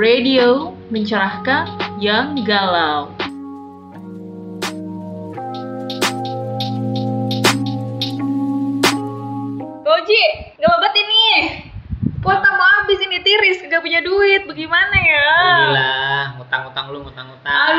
Radio mencerahkan yang galau. Koji, gak obat ini. Kuota mau habis ini tiris, gak punya duit, bagaimana ya? Alhamdulillah, ngutang-ngutang.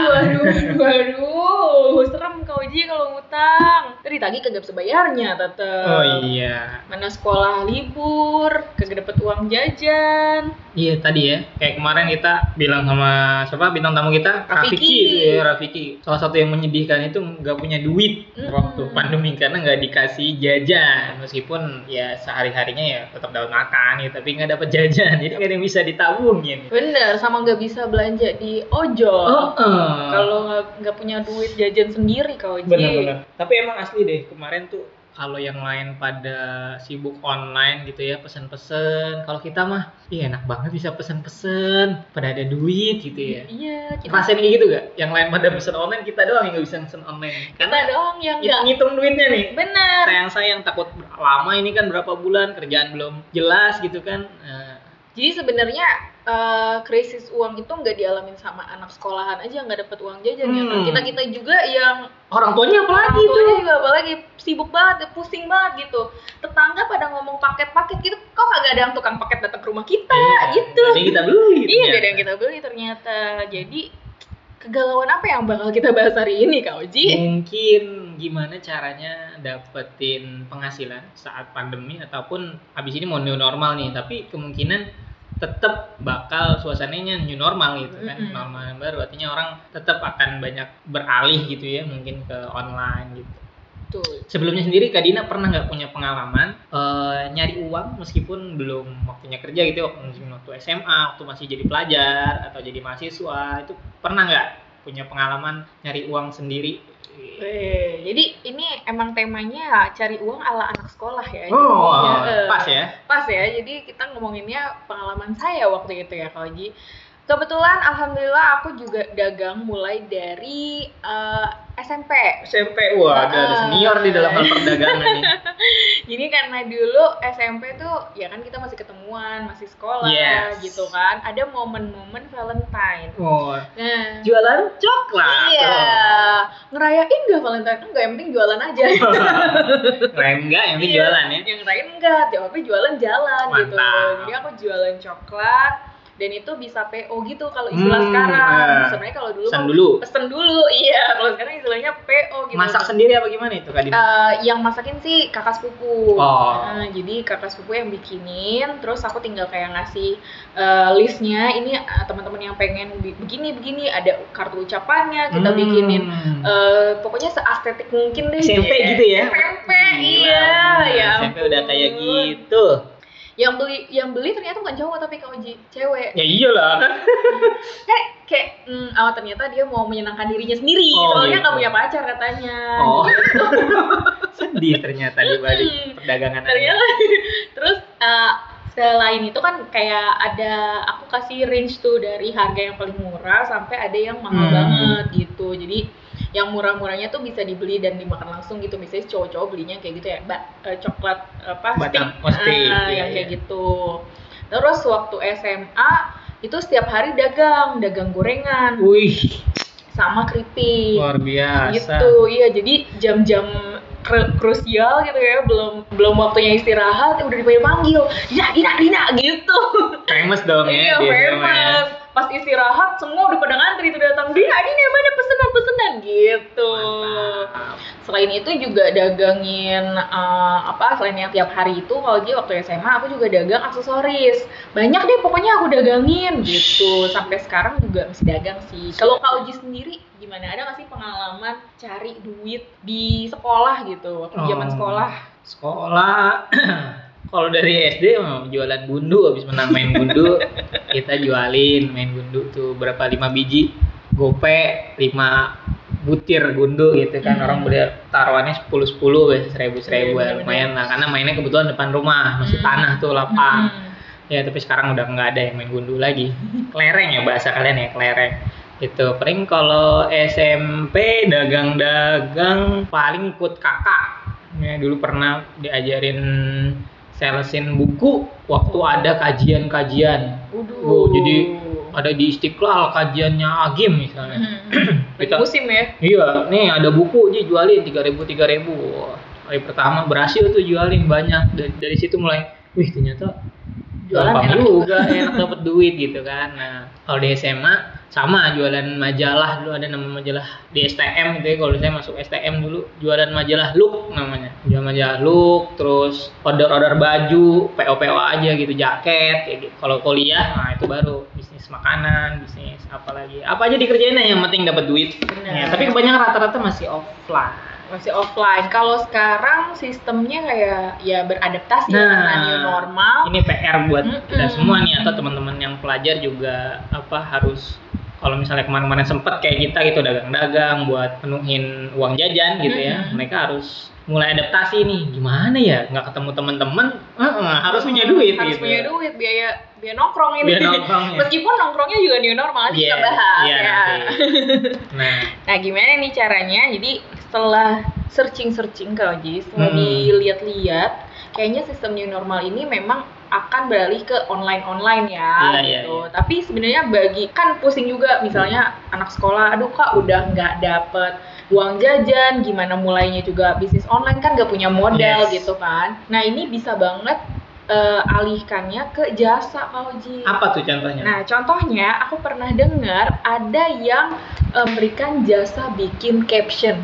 Aduh, serem Koji kalau ngutang. Tadi tagi kagak bisa bayarnya, tetep. Oh iya. Mana sekolah libur, kagak dapet uang jajan. Iya tadi ya, kayak kemarin kita bilang sama siapa bintang tamu kita, Rafiki. Rafiki. Salah satu yang menyedihkan itu nggak punya duit waktu pandemi karena nggak dikasih jajan, meskipun ya sehari-harinya ya tetap dapat makan ya, tapi nggak dapat jajan, jadi nggak ada yang bisa ditabungin. Bener, sama nggak bisa belanja di ojol. Kalau nggak punya duit jajan sendiri Koji. Benar-benar. Tapi emang asli deh kemarin tuh. Kalau yang lain pada sibuk online gitu ya, pesen-pesen. Kalau kita mah, iya enak banget bisa pesen-pesen, pada ada duit gitu ya. Iya. Rasain kayak gitu gak? Yang lain pada pesen online, kita doang yang gak bisa pesen online. Kita doang yang nggak. Ngitung duitnya nih. Bener. Sayang takut lama ini kan berapa bulan, kerjaan belum jelas gitu kan. Jadi sebenarnya krisis uang itu nggak dialamin sama anak sekolahan aja nggak dapat uang jajan ya kan. Kita juga yang orang tuanya juga apalagi sibuk banget, pusing banget gitu. Tetangga pada ngomong paket-paket gitu, kok kagak ada yang tukang paket datang ke rumah kita gitu. Jadi kita beli. Iya, ada yang kita beli ternyata. Jadi kegalauan apa yang bakal kita bahas hari ini Kak Oji? Mungkin gimana caranya dapetin penghasilan saat pandemi ataupun abis ini mau new normal nih, tapi kemungkinan tetap bakal suasananya new normal gitu kan. Normal yang baru artinya orang tetap akan banyak beralih gitu ya, mungkin ke online gitu. Betul. Sebelumnya sendiri Kak Dina pernah nggak punya pengalaman nyari uang meskipun belum waktunya kerja gitu, waktu SMA, waktu masih jadi pelajar atau jadi mahasiswa, itu pernah nggak punya pengalaman nyari uang sendiri? Jadi ini emang temanya cari uang ala anak sekolah ya. Pas ya? Pas ya, jadi kita ngomonginnya pengalaman saya waktu itu ya Kak Oji. Kebetulan alhamdulillah aku juga dagang mulai dari SMP. Wah, ada senior di dalam hal perdagangan nih. Jadi karena dulu SMP tuh ya kan kita masih ketemuan, masih sekolah gitu kan. Ada momen-momen Valentine. Nah, jualan coklat. Iya. Ngerayain enggak Valentine? Enggak, yang penting jualan aja. Ngerayain enggak, yang penting jualan ya. Yang ngerayain enggak, jawabnya jualan jalan. Mantap. Gitu. Jadi aku jualan coklat. Dan itu bisa PO gitu kalau istilah sekarang. Sebenarnya kalau dulu pesen dulu. Iya, kalau sekarang istilahnya PO gitu. Masak sendiri apa gimana itu Kak Dina? Yang masakin sih kakak sepupu. Jadi kakak sepupu yang bikinin, terus aku tinggal kayak ngasih listnya. Ini teman-teman yang pengen begini, ada kartu ucapannya, kita bikinin. Pokoknya seestetik mungkin deh. SMP gitu ya? SMP, iya. Ya SMP udah kayak gitu. Yang beli ternyata bukan cowok tapi Kak Oji, cewek. Ya iyalah. kayak ternyata dia mau menyenangkan dirinya sendiri, soalnya nggak punya pacar katanya. Gitu. Sedih ternyata di balik perdagangan. Terus selain itu kan kayak ada aku kasih range tuh dari harga yang paling murah sampai ada yang mahal banget gitu. Jadi yang murah-murahnya tuh bisa dibeli dan dimakan langsung gitu. Misalnya cowok-cowok belinya kayak gitu ya, coklat stick, yang kayak gitu. Terus waktu SMA itu setiap hari dagang gorengan. Wih, sama keripik. Luar biasa. Gitu, iya. Jadi jam-jam krusial gitu ya, belum waktunya istirahat udah dipanggil. Dina gitu. Famous dong ya. Iya, famous. Pas istirahat semua udah pada ngantri tuh datang. Dina mana pesenan gitu. Mantap. Selain itu juga dagangin selain yang tiap hari itu kalau waktu SMA aku juga dagang aksesoris. Banyak deh pokoknya aku dagangin gitu. Sampai sekarang juga masih dagang sih. Kalau Kak Oji sendiri gimana? Ada nggak sih pengalaman cari duit di sekolah gitu waktu zaman sekolah? Kalau dari SD jualan gundu, habis menang main gundu kita jualin main gundu tuh berapa 5 biji gope 5 butir gundu gitu kan. Orang beli taruhannya 10 biasa 1000 ya, lumayan lah karena mainnya kebetulan depan rumah masih tanah tuh lapang. Ya tapi sekarang udah nggak ada yang main gundu lagi. Kelereng ya bahasa kalian ya, kelereng. Itu paling kalau SMP dagang paling ikut kakak. Ya dulu pernah diajarin salesin buku waktu ada kajian. Jadi ada di Istiqlal kajiannya Agim misalnya. Lagi musim ya. Iya, nih ada buku jualin 3.000. Hari pertama berhasil tuh jualin banyak. Dari situ mulai, wih ternyata Jualan gampang enak juga, enak dapat duit gitu kan. Nah, kalau di SMA sama jualan majalah, dulu ada nama majalah di STM gitu ya. Kalau saya masuk STM dulu jualan majalah Look namanya. Jual majalah Look, terus order baju, PO aja gitu, jaket kayak gitu. Kalau kuliah, nah itu baru bisnis makanan, bisnis apa lagi. Apa aja dikerjain yang penting dapat duit. Ya, tapi kebanyakan rata-rata masih offline. Kalau sekarang sistemnya kayak ya beradaptasi karena new normal. Ini PR buat kita semua nih, atau teman-teman yang pelajar juga harus, kalau misalnya kemarin-kemarin sempet kayak kita gitu dagang-dagang buat penuhin uang jajan gitu ya, mereka harus mulai adaptasi nih, gimana ya nggak ketemu teman-teman, harus punya duit punya duit, biaya nongkrong ini. Meskipun nongkrongnya juga new normal, nanti kita bahas ya. Nah, gimana nih caranya? Jadi setelah searching Kak Oji, setelah dilihat-lihat, kayaknya sistem new normal ini memang akan beralih ke online ya gitu. Tapi sebenarnya kan pusing juga, misalnya anak sekolah, aduh Kak udah nggak dapet uang jajan, gimana mulainya juga bisnis online, kan nggak punya modal gitu kan. Nah ini bisa banget alihkannya ke jasa Kak Oji. Apa tuh contohnya? Nah contohnya aku pernah dengar ada yang memberikan jasa bikin caption.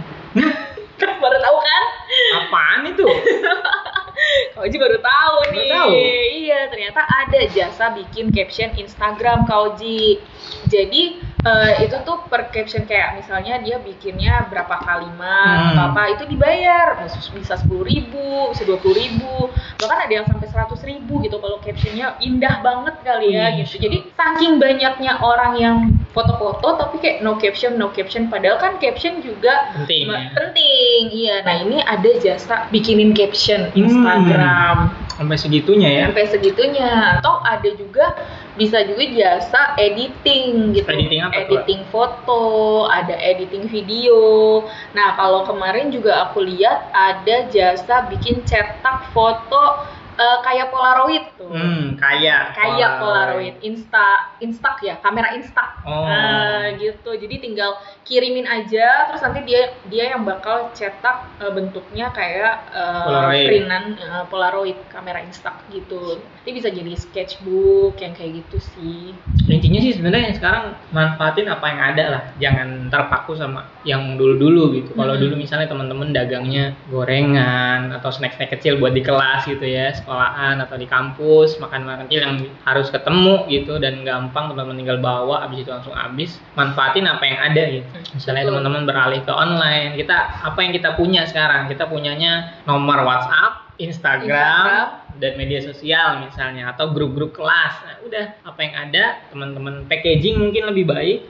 Baru tahu kan? Apaan itu? Kak Oji baru tahu nih. Iya, ternyata ada jasa bikin caption Instagram Kak Oji. Jadi itu tuh per caption, kayak misalnya dia bikinnya berapa kalimat atau apa, itu dibayar. Bisa 10.000, bisa 20.000, bahkan ada yang sampai 100.000 gitu kalau captionnya indah banget kali ya gitu. Jadi saking banyaknya orang yang foto-foto tapi kayak no caption, padahal kan caption juga penting. Iya, nah ini ada jasa bikinin caption Instagram. Sampai segitunya ya? Sampai segitunya. Atau ada juga, bisa juga jasa editing gitu. Editing foto, ada editing video. Nah, kalau kemarin juga aku lihat ada jasa bikin cetak foto kayak Polaroid tuh. Kayak Polaroid. Instax ya, kamera Instax. Gitu. Jadi tinggal kirimin aja, terus nanti dia yang bakal cetak bentuknya kayak printan Polaroid, kamera Instax gitu. Nanti bisa jadi sketchbook yang kayak gitu sih. Intinya sih sebenarnya sekarang manfaatin apa yang ada lah, jangan terpaku sama yang dulu gitu. Kalau dulu misalnya teman-teman dagangnya gorengan atau snack-snack kecil buat di kelas gitu ya, sekolahan atau di kampus, makan kecil yang harus ketemu gitu dan gampang, teman-teman tinggal bawa habis itu langsung habis. Manfaatin apa yang ada gitu. Misalnya teman-teman beralih ke online, apa yang kita punya sekarang? Kita punyanya nomor WhatsApp, Instagram dan media sosial misalnya, atau grup-grup kelas. Nah, udah apa yang ada, teman-teman packaging mungkin lebih baik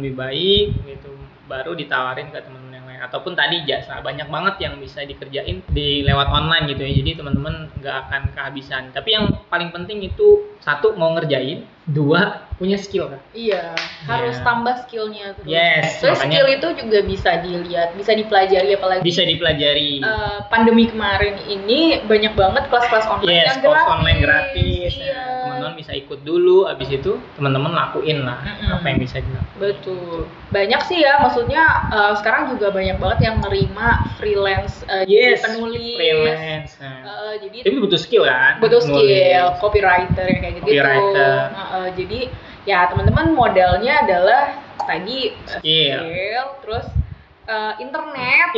gitu, baru ditawarin ke teman-teman yang lain. Ataupun tadi jasa, banyak banget yang bisa dikerjain di lewat online gitu ya. Jadi teman-teman nggak akan kehabisan. Tapi yang paling penting itu, satu, mau ngerjain, dua, punya skill kan? Iya, harus tambah skillnya terus. So skill itu juga bisa dilihat, bisa dipelajari, apalagi bisa dipelajari. Pandemi kemarin ini banyak banget kelas-kelas online yang kelas online gratis. Iya. Teman-teman bisa ikut dulu, abis itu teman-teman lakuin lah apa yang bisa dilakukan. Betul. Banyak sih ya, maksudnya sekarang juga banyak banget yang nerima freelance jadi penulis. Freelance. Jadi tapi butuh skill kan? Butuh skill, copywriter kayak gitu. Jadi ya teman-teman modalnya adalah tadi skill, terus internet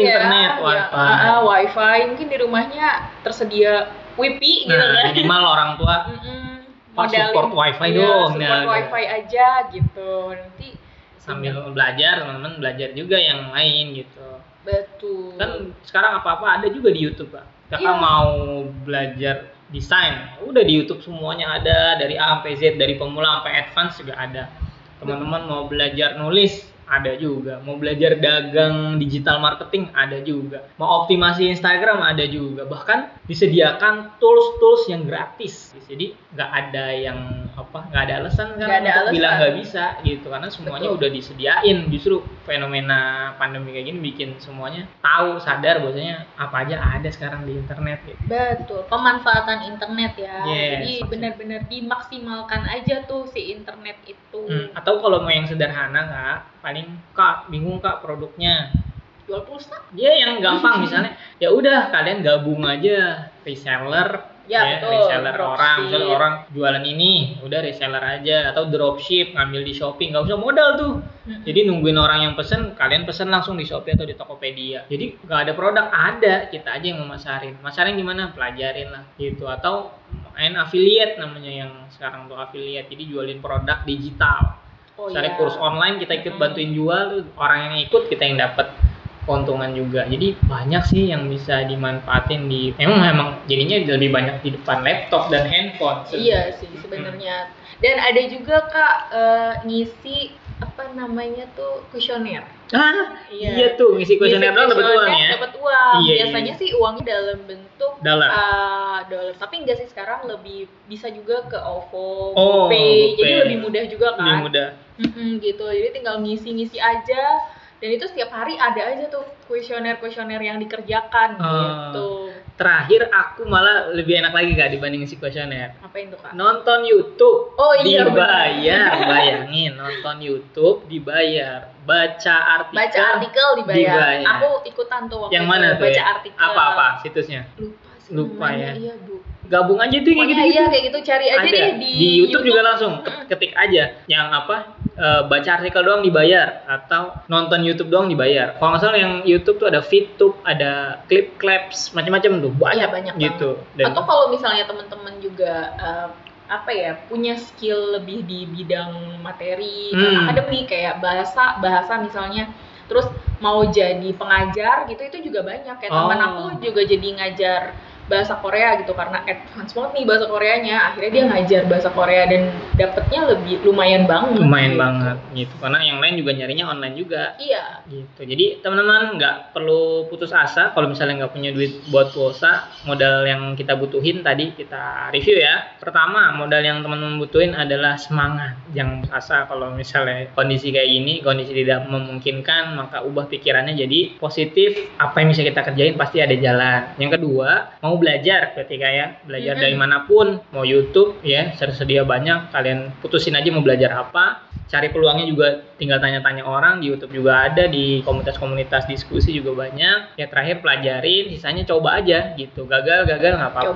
wifi, mungkin di rumahnya tersedia wifi gitu kan. Minimal orang tua support wifi dong. Support wifi aja gitu. Nanti sambil belajar, teman-teman belajar juga yang lain gitu. Betul. Kan sekarang apa-apa ada juga di YouTube, Pak. Kakak mau belajar desain, udah di YouTube semuanya ada, dari A sampai Z, dari pemula sampai advance juga ada. Teman-teman mau belajar nulis, ada juga. Mau belajar dagang digital marketing ada juga. Mau optimasi Instagram ada juga. Bahkan disediakan tools-tools yang gratis. Jadi nggak ada yang nggak ada alasan kan untuk bilang nggak bisa gitu, karena semuanya udah disediain. Justru fenomena pandemi kayak gini bikin semuanya tahu, sadar bahwasanya apa aja ada sekarang di internet gitu. Betul, pemanfaatan internet ya. Yes. Jadi benar-benar dimaksimalkan aja tuh si internet itu. Atau kalau mau yang sederhana Kak, paling Kak bingung Kak produknya, jual pulsa. Dia yang gampang misalnya, ya udah kalian gabung aja reseller. Betul, reseller dropship. Orang, misalnya orang jualan ini, udah reseller aja, atau dropship, ngambil di Shopee, nggak usah modal tuh. Jadi nungguin orang yang pesen, kalian pesen langsung di Shopee atau di Tokopedia. Jadi nggak ada produk, ada kita aja yang memasarin. Masarin gimana? Pelajarin lah gitu. Atau main affiliate namanya, yang sekarang tuh affiliate. Jadi jualin produk digital. Misalnya kurs online kita ikut bantuin jual, tuh orang yang ikut kita yang dapat keuntungan juga. Jadi banyak sih yang bisa dimanfaatin di emang jadinya lebih banyak di depan laptop dan handphone. Iya sih sebenarnya. Dan ada juga Kak ngisi kuesioner. Iya tuh, ngisi kuesioner doang dapat uang ya. Dapat uang. Iya, Biasanya sih uangnya dalam bentuk dolar. Tapi enggak sih, sekarang lebih bisa juga ke OVO, GoPay. Jadi lebih mudah juga kan. Lebih mudah. Gitu. Jadi tinggal ngisi aja. Dan itu setiap hari ada aja tuh kuesioner yang dikerjakan gitu. Terakhir aku malah lebih enak lagi Kak dibanding si kuesioner. Apain tuh Kak? Nonton YouTube. Oh iya, dibayar. Bayangin, nonton YouTube dibayar. Baca artikel dibayar. Aku ikutan tuh waktu yang mana itu tuh baca ya? artikel. Apa situsnya? Lupa ya. Iya, Bu. Gabung aja tuh kayak gitu. Iya, kayak gitu, cari aja deh di YouTube juga langsung ketik aja yang baca artikel doang dibayar atau nonton YouTube doang dibayar. Kalau nggak salah yang YouTube tuh ada VTube, ada Clips, macam-macam tuh banyak gitu. Atau kalau misalnya teman-teman juga punya skill lebih di bidang materi akademik kayak bahasa misalnya, terus mau jadi pengajar gitu, itu juga banyak. Kayak teman aku juga jadi ngajar bahasa Korea gitu, karena advance banget nih bahasa Koreanya, akhirnya dia ngajar bahasa Korea dan dapetnya lumayan banget gitu, karena yang lain juga nyarinya online juga. Iya gitu. Jadi teman-teman nggak perlu putus asa kalau misalnya nggak punya duit buat pulsa. Modal yang kita butuhin tadi kita review ya. Pertama, modal yang teman-teman butuhin adalah semangat. Jangan putus asa kalau misalnya kondisi kayak gini, kondisi tidak memungkinkan, maka ubah pikirannya jadi positif. Apa yang bisa kita kerjain pasti ada jalan. Yang kedua, mau belajar ketika belajar dari manapun, mau YouTube ya, tersedia banyak, kalian putusin aja mau belajar apa, cari peluangnya juga tinggal tanya-tanya orang, di YouTube juga ada, di komunitas-komunitas diskusi juga banyak. Ya terakhir pelajarin, sisanya coba aja gitu, gagal nggak apa-apa,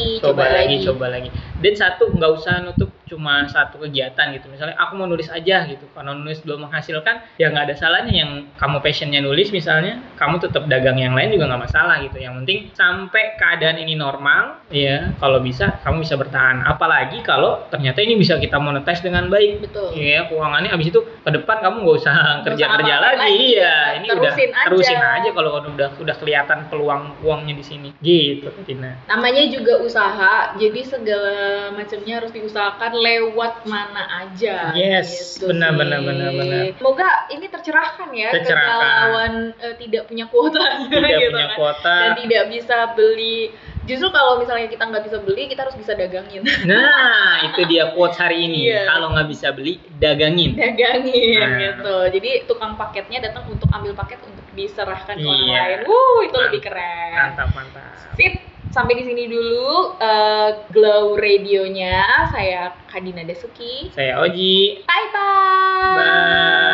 coba lagi. Dan satu, nggak usah nutup cuma satu kegiatan gitu. Misalnya aku mau nulis aja gitu, kalau nulis belum menghasilkan ya nggak ada salahnya yang kamu passionnya nulis, misalnya kamu tetap dagang yang lain juga nggak masalah gitu. Yang penting sampai keadaan ini normal ya, kalau bisa kamu bisa bertahan. Apalagi kalau ternyata ini bisa kita monetize dengan baik. Betul. Ya keuangannya abis itu ke depan kamu nggak usah kerja lagi. Iya, ini terusin aja kalau udah kelihatan peluang uangnya di sini gitu Tina. Namanya juga usaha, jadi segala macamnya harus diusahakan lewat mana aja. Yes, gitu benar. Semoga ini tercerahkan ya, kegalauan tidak punya kuota dan tidak bisa beli. Justru kalau misalnya kita nggak bisa beli, kita harus bisa dagangin. Nah, itu dia quotes hari ini. Kalau nggak bisa beli, dagangin gitu. Jadi tukang paketnya datang untuk ambil paket untuk diserahkan ke orang lain. Itu lebih keren. Mantap. Sip. Sampai di sini dulu Glow Radio-nya. Saya Kadina Dasuki. Saya Oji. Bye. Bye.